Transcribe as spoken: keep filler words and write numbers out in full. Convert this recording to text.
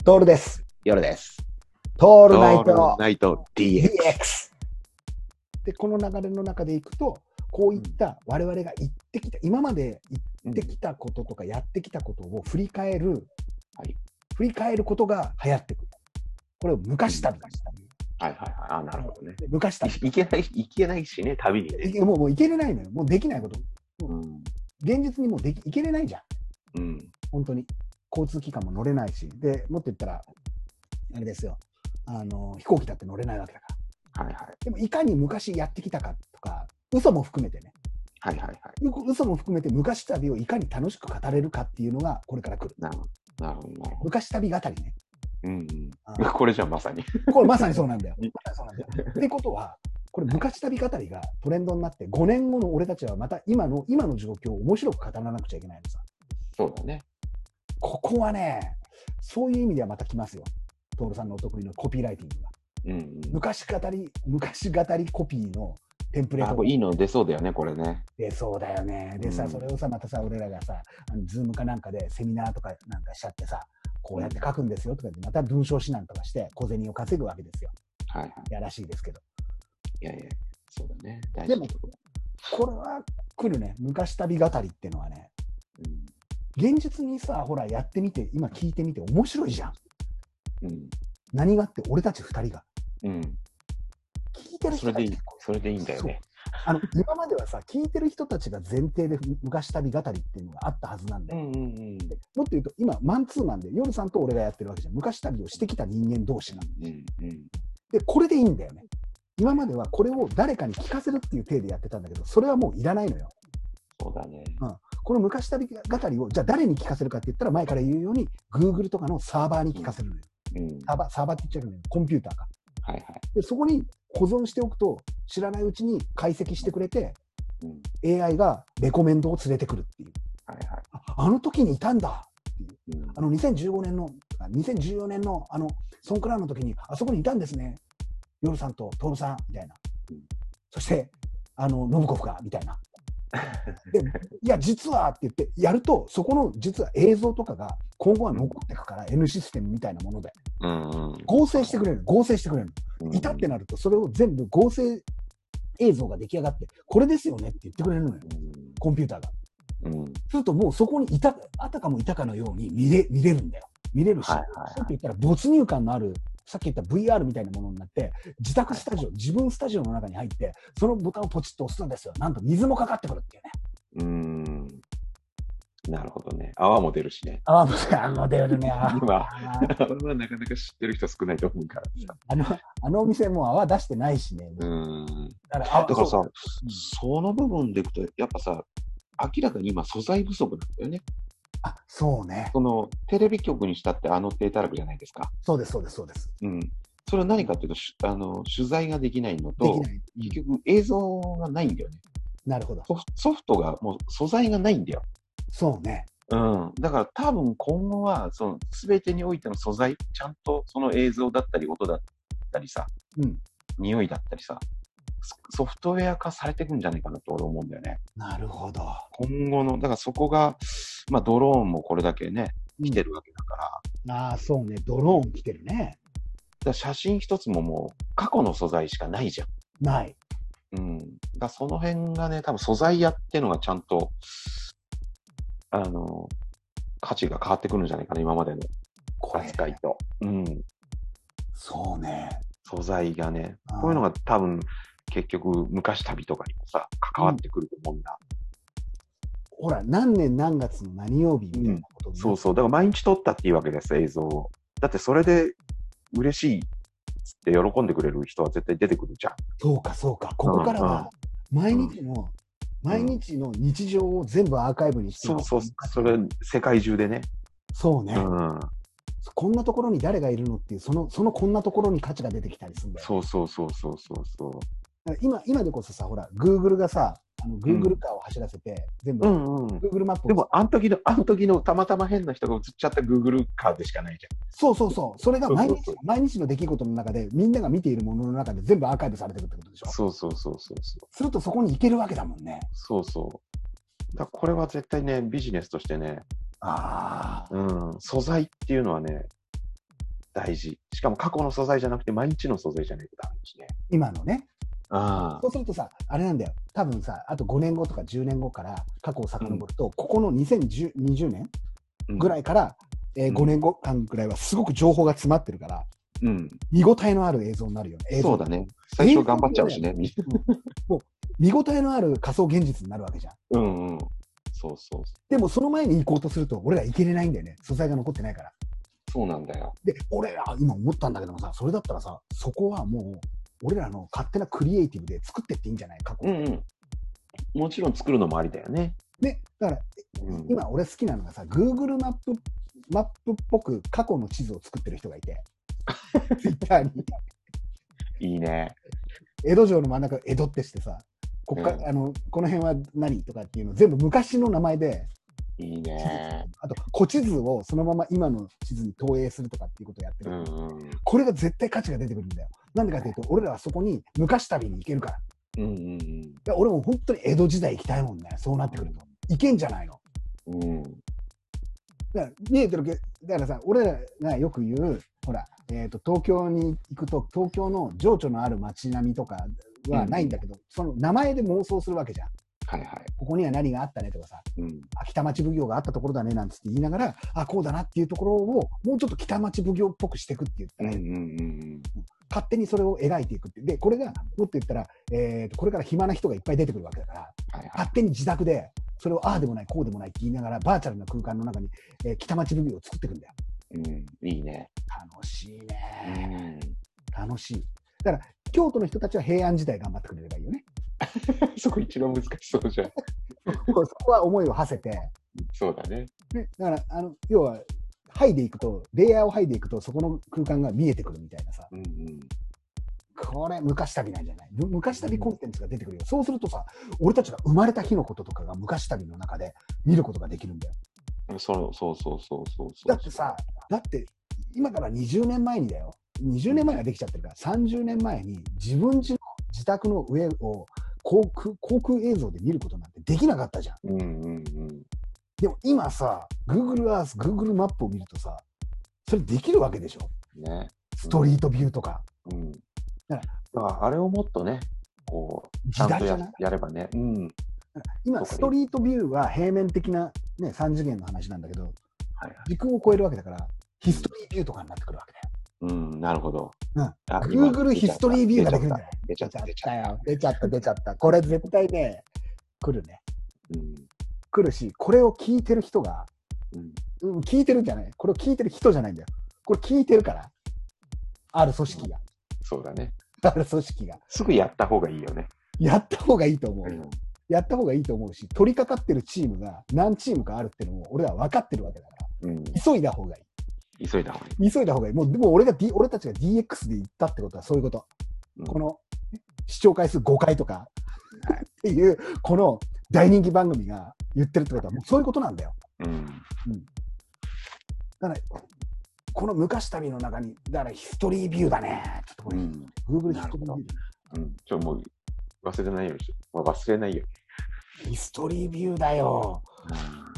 トールです。 夜です。 トールナイトールトナイト ディーエックス。 ディーエックス。で、この流れの中でいくと、こういった我々が言ってきた、今まで言ってきたこととかやってきたことを振り返る、 はい、 振り返ることが流行ってくる。これを昔旅。 はいはいはい。あ、なるほどね。 昔旅。 いけない、いけないしね、旅にね。 もう、もういけれないのよ。もうできないこと。 うん、 現実にもうでき、いけれないじゃん。 うん。 本当に。交通機関も乗れないし。で、もっと言ったら、あれですよ。あの、飛行機だって乗れないわけだから。 はいはい。 でもいかに昔やってきたかとか、嘘も含めてね。 はいはいはい。 嘘も含めて昔旅をいかに楽しく語れるかっていうのがこれから来る。 なるほど。なるほど。 昔旅語りね。 うんうん。これじゃまさに。 これまさにそうなんだよ。まさにそうなんだよ。ってことは、これ昔旅語りがトレンドになってごねんごの俺たちはまた今の今の状況を面白く語らなくちゃいけないのさ。 そうだね。 ここはね、そういう意味ではまた来ますよ。徹さんのお得意のコピーライティングが。うんうん、昔語り、昔語りコピーのテンプレート。 あ、これいいの出そうだよね、これね。 出そうだよね。でさ、うん、それをさ、またさ、俺らがさ、あのズームかなんかでセミナーとかなんかしちゃってさ、こうやって書くんですよとかって、また文章指南とかして小銭を稼ぐわけですよ。はいはい。やらしいですけど。 いやいや、そうだね。 大事でも、これは来るね。昔旅語りっていうのはね。うん、現実にさ、ほら、やってみて、今聞いてみて面白いじゃん。うん、何がって俺たちふたりが。うん、聞いてる人それでいい、それでいいんだよね。 あの今まではさ、聞いてる人たちが前提で昔旅語りっていうのがあったはずなんで、うんうんうん、もっと言うと今マンツーマンで夜さんと俺がやってるわけじゃん。昔旅をしてきた人間同士なんで、うんうん、でこれでいいんだよね。今まではこれを誰かに聞かせるっていう体でやってたんだけど、それはもういらないのよ。 そうだね、 うん、この昔旅語りをじゃあ誰に聞かせるかって言ったら、前から言うように Google とかのサーバーに聞かせるのよ。うん、サーバー、サーバーって言っちゃうのよ。コンピューターか。はいはい、でそこに保存しておくと知らないうちに解析してくれて、うん、エーアイ がレコメンドを連れてくるっていう、はいはい、あ, あの時にいたんだっていう、うん、あのにせんじゅうごねんのにせんじゅうよねんのあのソンクラウンの時にあそこにいたんですね、夜さんと徹さんみたいな、うん、そしてあの信子かみたいなでいや実はって言ってやると、そこの実は映像とかが今後は残っていくから、うん、N システムみたいなもので、うんうん、合成してくれる合成してくれる、うん、いたってなるとそれを全部合成映像が出来上がってこれですよねって言ってくれるのよ、うん、コンピューターが、うん、するともうそこにいたあたかもいたかのように見れ見れるんだよ。見れるし、はいはいはい、さっき言ったら没入感のある、さっき言った ブイアール みたいなものになって、自宅スタジオ、自分スタジオの中に入ってそのボタンをポチッと押すんですよ。なんと水もかかってくるっていうね。 うーん、なるほどね。泡も出るしね。 泡も出るね。 今、泡はなかなか知ってる人少ないと思うからさ。 あの、あのお店もう泡出してないしね。 うん。だから、だからさ、そ, その部分でいくと、やっぱさ、明らかに今素材不足なんだよね。 あ、そうね。 そのテレビ局にしたってあのデータ楽じゃないですか。 そうです、そうです、そうです。 うん。それは何かというと、あの取材ができないのと、結局映像がないんだよね。 なるほど。 ソフトがもう素材がないんだよ。 そうね。 うん。だから多分今後は、その全てにおいての素材、ちゃんとその映像だったり音だったりさ、うん、匂いだったりさ、ソフトウェア化されていくんじゃないかなと俺思うんだよね。 なるほど。 今後の、だからそこが、まあドローンもこれだけね、来てるわけだから。うん、ああ、そうね。ドローン来てるね。 だ写真一つももう過去の素材しかないじゃん。 ない。 うん。だその辺がね、多分素材屋っていうのがちゃんと、あの、価値が変わってくるんじゃないかな、今までの扱いと。うん。 そうね。 素材がね、こういうのが多分、結局、昔旅とかにもさ、関わってくると思うんだ。 うん、ほら、何年何月の何曜日みたいなこと、 うん、そうそう。だから毎日撮ったっていうわけです、映像を。だってそれで嬉しいっつって喜んでくれる人は絶対出てくるじゃん。 そうか、そうか。ここからは、毎日の、うん、毎日の日常を全部アーカイブにしていく、 うん、そうそう。それ、世界中でね。 そうね。うんこんなところに誰がいるのっていう、その、そのこんなところに価値が出てきたりするんだよ。 そうそうそうそうそうそう。 今、今でこそさ、ほら、Google がさ、あの Google カーを走らせて、うん、全部、うんうん、Google マップを。 でも、あの時の、あの時のたまたま変な人が映っちゃった Google カーでしかないじゃん。 そうそうそう。それが毎日、そうそうそう毎日の出来事の中で、みんなが見ているものの中で全部アーカイブされてるってことでしょ。 そうそうそうそうそう。 するとそこに行けるわけだもんね。 そうそう。だこれは絶対ね、ビジネスとしてね、 あうん、素材っていうのはね、 大事。しかも過去の素材じゃなくて毎日の素材じゃないとダメですね。 今のね。 あそうするとさ、あれなんだよ。多分さ、あとごねんごとかじゅうねんごから過去を遡ると、うん、ここのにせんにじゅうねんぐらいから、うん、えー、ごねんごかんぐらいはすごく情報が詰まってるから、うん、見応えのある映像になるよね。 そうだね。最初頑張っちゃうしね。 もう見応えのある仮想現実になるわけじゃん。 うんうん。そうそう。 でもその前に行こうとすると、俺ら行けれないんだよね。素材が残ってないから。 そうなんだよ。 で、俺ら、今思ったんだけどもさ、それだったらさ、そこはもう、俺らの勝手なクリエイティブで作ってっていいんじゃない過去。 うんうん。もちろん作るのもありだよね。 ね、だから、うん、今俺好きなのがさ、Google マップ、マップっぽく過去の地図を作ってる人がいて、Twitter に。 いいね。 江戸城の真ん中、江戸ってしてさ、こっか、うん、あのこの辺は何とかっていうの全部昔の名前で、 いいね。 あと古地図をそのまま今の地図に投影するとかっていうことをやってる、うんうん、これが絶対価値が出てくるんだよ。なんでかというと、俺らはそこに昔旅に行けるから、うんうんうん、俺も本当に江戸時代行きたいもんね。そうなってくると行けんじゃないの、うん、だから見えてるけだからさ、俺らがよく言うほら、えーと、東京に行くと東京の情緒のある街並みとかはないんだけど、うん、その名前で妄想するわけじゃん。はいはい、ここには何があったねとかさ、うん、北町奉行があったところだねなんつって言いながら、あ、こうだなっていうところをもうちょっと北町奉行っぽくしていくって言ったら、うんうんうん、勝手にそれを描いていくって。で、これがもっと言ったら、えーと、これから暇な人がいっぱい出てくるわけだから、はいはい、勝手に自宅でそれをああでもないこうでもないって言いながらバーチャルな空間の中に、えー、北町奉行を作っていくんだよ。 うん、いいね。 楽しいね、うん、楽しい。だから京都の人たちは平安時代頑張ってくれればいいよね。 そこ一番難しそうじゃん。 そこは思いを馳せて。 そうだね。 ね、だからあの要は剥いでいくと、レイヤーを剥いでいくとそこの空間が見えてくるみたいなさ、うんうん、これ昔旅なんじゃない？昔旅コンテンツが出てくるよ。そうするとさ、俺たちが生まれた日のこととかが昔旅の中で見ることができるんだよ。 そうそうそうそうそう。 だってさ、だって今からにじゅうねんまえにだよ。にじゅうねんまえができちゃってるから、さんじゅうねんまえに自分家の自宅の上を航空、航空映像で見ることなんてできなかったじゃん。うんうんうん、でも今さ、Google Earth、Google マップを見るとさ、それできるわけでしょ。ね、ストリートビューとか。うん、 だからあれをもっとね、こうちゃんと や, やればね。うん、 今、ストリートビューは平面的な、ね、さん次元の話なんだけど、はいはい、時空を超えるわけだから、ヒストリービューとかになってくるわけだよ。 うん、なるほど。 うん、Google ヒストリービューができるんじゃない？出ちゃったよ。出ちゃった、出ちゃった。これ絶対ね、来るね。うん、来るし、これを聞いてる人が、うんうん、聞いてるんじゃない。これを聞いてる人じゃないんだよ。これ聞いてるから。ある組織が。 うん、そうだね。 ある組織が。 すぐやった方がいいよね。 やった方がいいと思う。うん、やった方がいいと思うし、取り掛かってるチームが何チームかあるっていうのも俺は分かってるわけだから、うん、急いだ方がいい。 急いだ方がいい。 急いだ方がいい。もう、でも俺が、D、俺たちが ディーエックス で行ったってことはそういうこと。うん、この視聴回数ごかいとかっていう、この大人気番組が言ってるってことはもうそういうことなんだよ。うん。うん、だから、この昔旅の中に、だからヒストリービューだね。ちょっとこれ、うん、Google ヒストリービューだね。 うん。ちょ、もう忘れないようにし、忘れないよ。 ヒストリービューだよ。